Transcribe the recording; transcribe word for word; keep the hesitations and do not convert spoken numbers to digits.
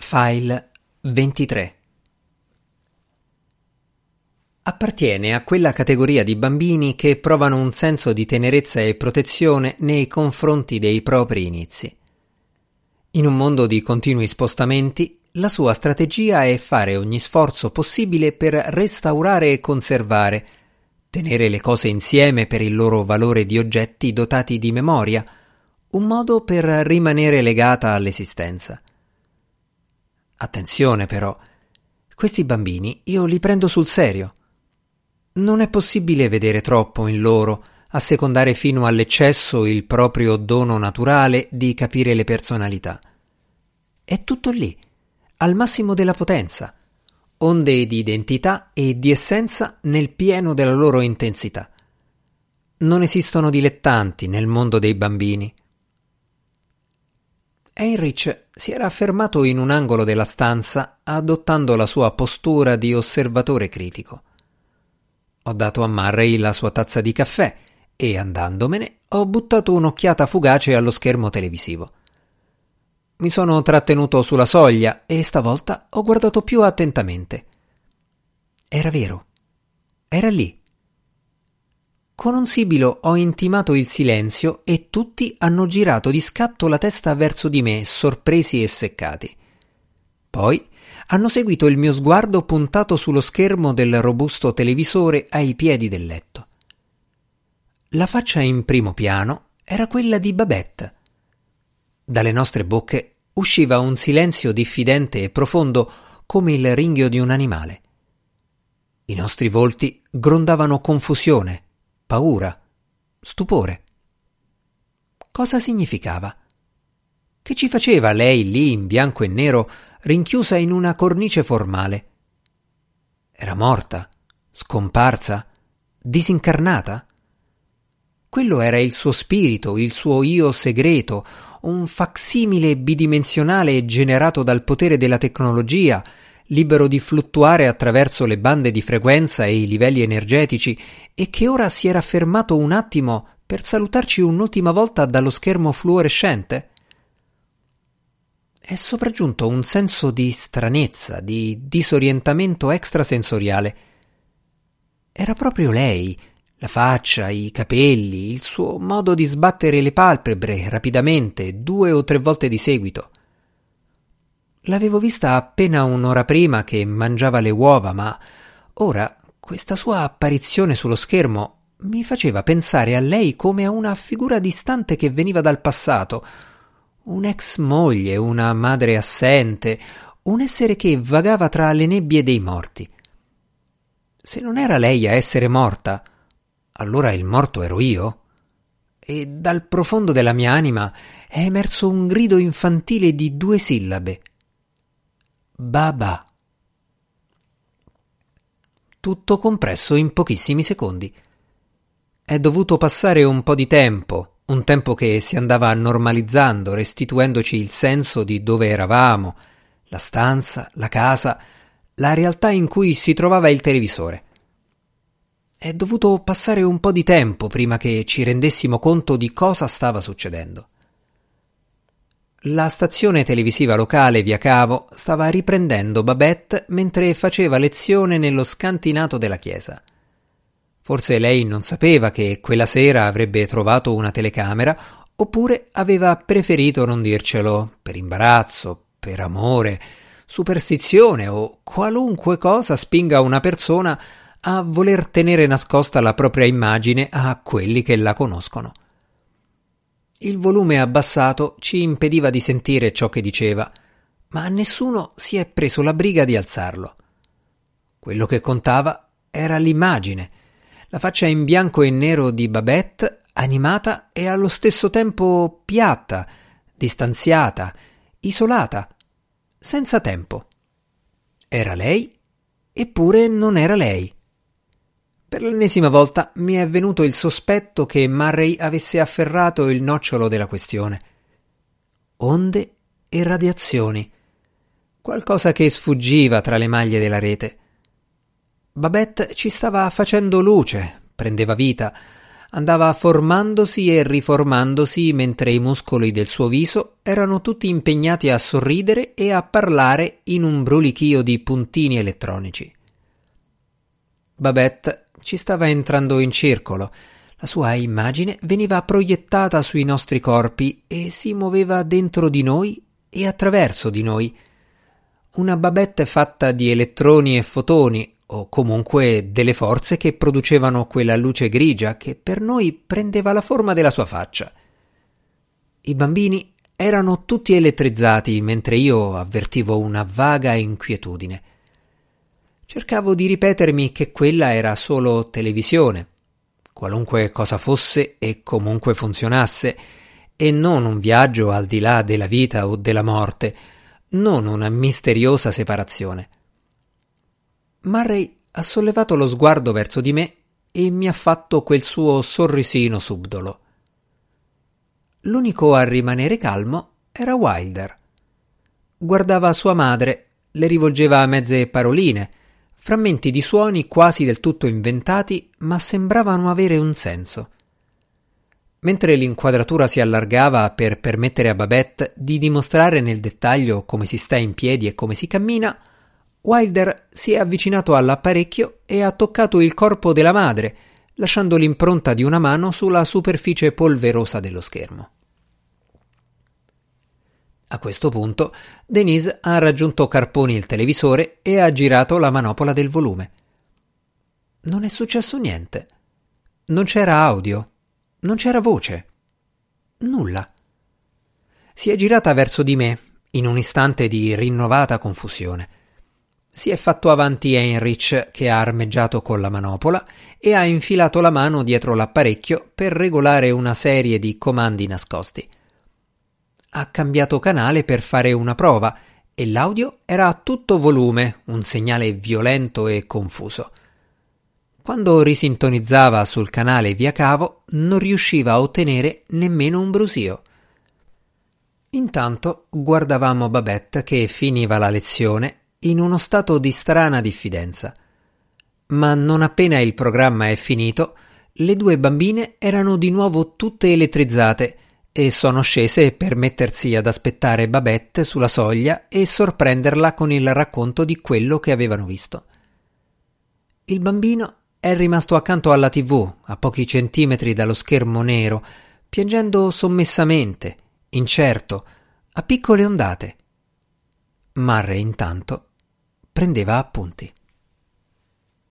File ventitré. Appartiene a quella categoria di bambini che provano un senso di tenerezza e protezione nei confronti dei propri inizi. In un mondo di continui spostamenti, la sua strategia è fare ogni sforzo possibile per restaurare e conservare, tenere le cose insieme per il loro valore di oggetti dotati di memoria, un modo per rimanere legata all'esistenza. Attenzione però, questi bambini io li prendo sul serio. Non è possibile vedere troppo in loro, assecondare fino all'eccesso il proprio dono naturale di capire le personalità. È tutto lì, al massimo della potenza, onde di identità e di essenza nel pieno della loro intensità. Non esistono dilettanti nel mondo dei bambini. Heinrich si era fermato in un angolo della stanza adottando la sua postura di osservatore critico. Ho dato a Murray la sua tazza di caffè e, andandomene, ho buttato un'occhiata fugace allo schermo televisivo. Mi sono trattenuto sulla soglia e stavolta ho guardato più attentamente. Era vero. Era lì. Con un sibilo ho intimato il silenzio e tutti hanno girato di scatto la testa verso di me, sorpresi e seccati. Poi hanno seguito il mio sguardo puntato sullo schermo del robusto televisore ai piedi del letto. La faccia in primo piano era quella di Babette. Dalle nostre bocche usciva un silenzio diffidente e profondo come il ringhio di un animale. I nostri volti grondavano confusione, paura, stupore. Cosa significava? Che ci faceva lei lì in bianco e nero, rinchiusa in una cornice formale? Era morta? Scomparsa? Disincarnata? Quello era il suo spirito, il suo io segreto, un facsimile bidimensionale generato dal potere della tecnologia, libero di fluttuare attraverso le bande di frequenza e i livelli energetici, e che ora si era fermato un attimo per salutarci un'ultima volta dallo schermo fluorescente? È sopraggiunto un senso di stranezza, di disorientamento extrasensoriale. Era proprio lei, la faccia, i capelli, il suo modo di sbattere le palpebre rapidamente, due o tre volte di seguito. L'avevo vista appena un'ora prima che mangiava le uova, ma ora questa sua apparizione sullo schermo mi faceva pensare a lei come a una figura distante che veniva dal passato, un'ex moglie, una madre assente, un essere che vagava tra le nebbie dei morti. Se non era lei a essere morta, allora il morto ero io? E dal profondo della mia anima è emerso un grido infantile di due sillabe. Baba. Tutto compresso in pochissimi secondi. È dovuto passare un po' di tempo, un tempo che si andava normalizzando, restituendoci il senso di dove eravamo, la stanza, la casa, la realtà in cui si trovava il televisore. È dovuto passare un po' di tempo prima che ci rendessimo conto di cosa stava succedendo. La stazione televisiva locale via cavo stava riprendendo Babette mentre faceva lezione nello scantinato della chiesa. Forse lei non sapeva che quella sera avrebbe trovato una telecamera, oppure aveva preferito non dircelo per imbarazzo, per amore, superstizione o qualunque cosa spinga una persona a voler tenere nascosta la propria immagine a quelli che la conoscono. Il volume abbassato ci impediva di sentire ciò che diceva, ma nessuno si è preso la briga di alzarlo. Quello che contava era l'immagine, la faccia in bianco e nero di Babette, animata e allo stesso tempo piatta, distanziata, isolata, senza tempo. Era lei, eppure non era lei. Per l'ennesima volta mi è venuto il sospetto che Murray avesse afferrato il nocciolo della questione. Onde e radiazioni. Qualcosa che sfuggiva tra le maglie della rete. Babette ci stava facendo luce, prendeva vita, andava formandosi e riformandosi mentre i muscoli del suo viso erano tutti impegnati a sorridere e a parlare in un brulichio di puntini elettronici. Babette ci stava entrando in circolo. La sua immagine veniva proiettata sui nostri corpi e si muoveva dentro di noi e attraverso di noi. Una Babette fatta di elettroni e fotoni, o comunque delle forze che producevano quella luce grigia che per noi prendeva la forma della sua faccia. I bambini erano tutti elettrizzati mentre io avvertivo una vaga inquietudine. Cercavo di ripetermi che quella era solo televisione, qualunque cosa fosse e comunque funzionasse, e non un viaggio al di là della vita o della morte, non una misteriosa separazione. Murray ha sollevato lo sguardo verso di me e mi ha fatto quel suo sorrisino subdolo. L'unico a rimanere calmo era Wilder. Guardava sua madre, le rivolgeva mezze paroline, frammenti di suoni quasi del tutto inventati, ma sembravano avere un senso. Mentre l'inquadratura si allargava per permettere a Babette di dimostrare nel dettaglio come si sta in piedi e come si cammina, Wilder si è avvicinato all'apparecchio e ha toccato il corpo della madre, lasciando l'impronta di una mano sulla superficie polverosa dello schermo. A questo punto Denise ha raggiunto Carponi il televisore e ha girato la manopola del volume. Non è successo niente. Non c'era audio. Non c'era voce. Nulla. Si è girata verso di me, in un istante di rinnovata confusione. Si è fatto avanti Heinrich, che ha armeggiato con la manopola, e ha infilato la mano dietro l'apparecchio per regolare una serie di comandi nascosti. Ha cambiato canale per fare una prova e l'audio era a tutto volume, un segnale violento e confuso. Quando risintonizzava sul canale via cavo non riusciva a ottenere nemmeno un brusio. Intanto guardavamo Babette che finiva la lezione in uno stato di strana diffidenza. Ma non appena il programma è finito, le due bambine erano di nuovo tutte elettrizzate e sono scese per mettersi ad aspettare Babette sulla soglia e sorprenderla con il racconto di quello che avevano visto. Il bambino è rimasto accanto alla tivù, a pochi centimetri dallo schermo nero, piangendo sommessamente, incerto, a piccole ondate. Murray intanto prendeva appunti.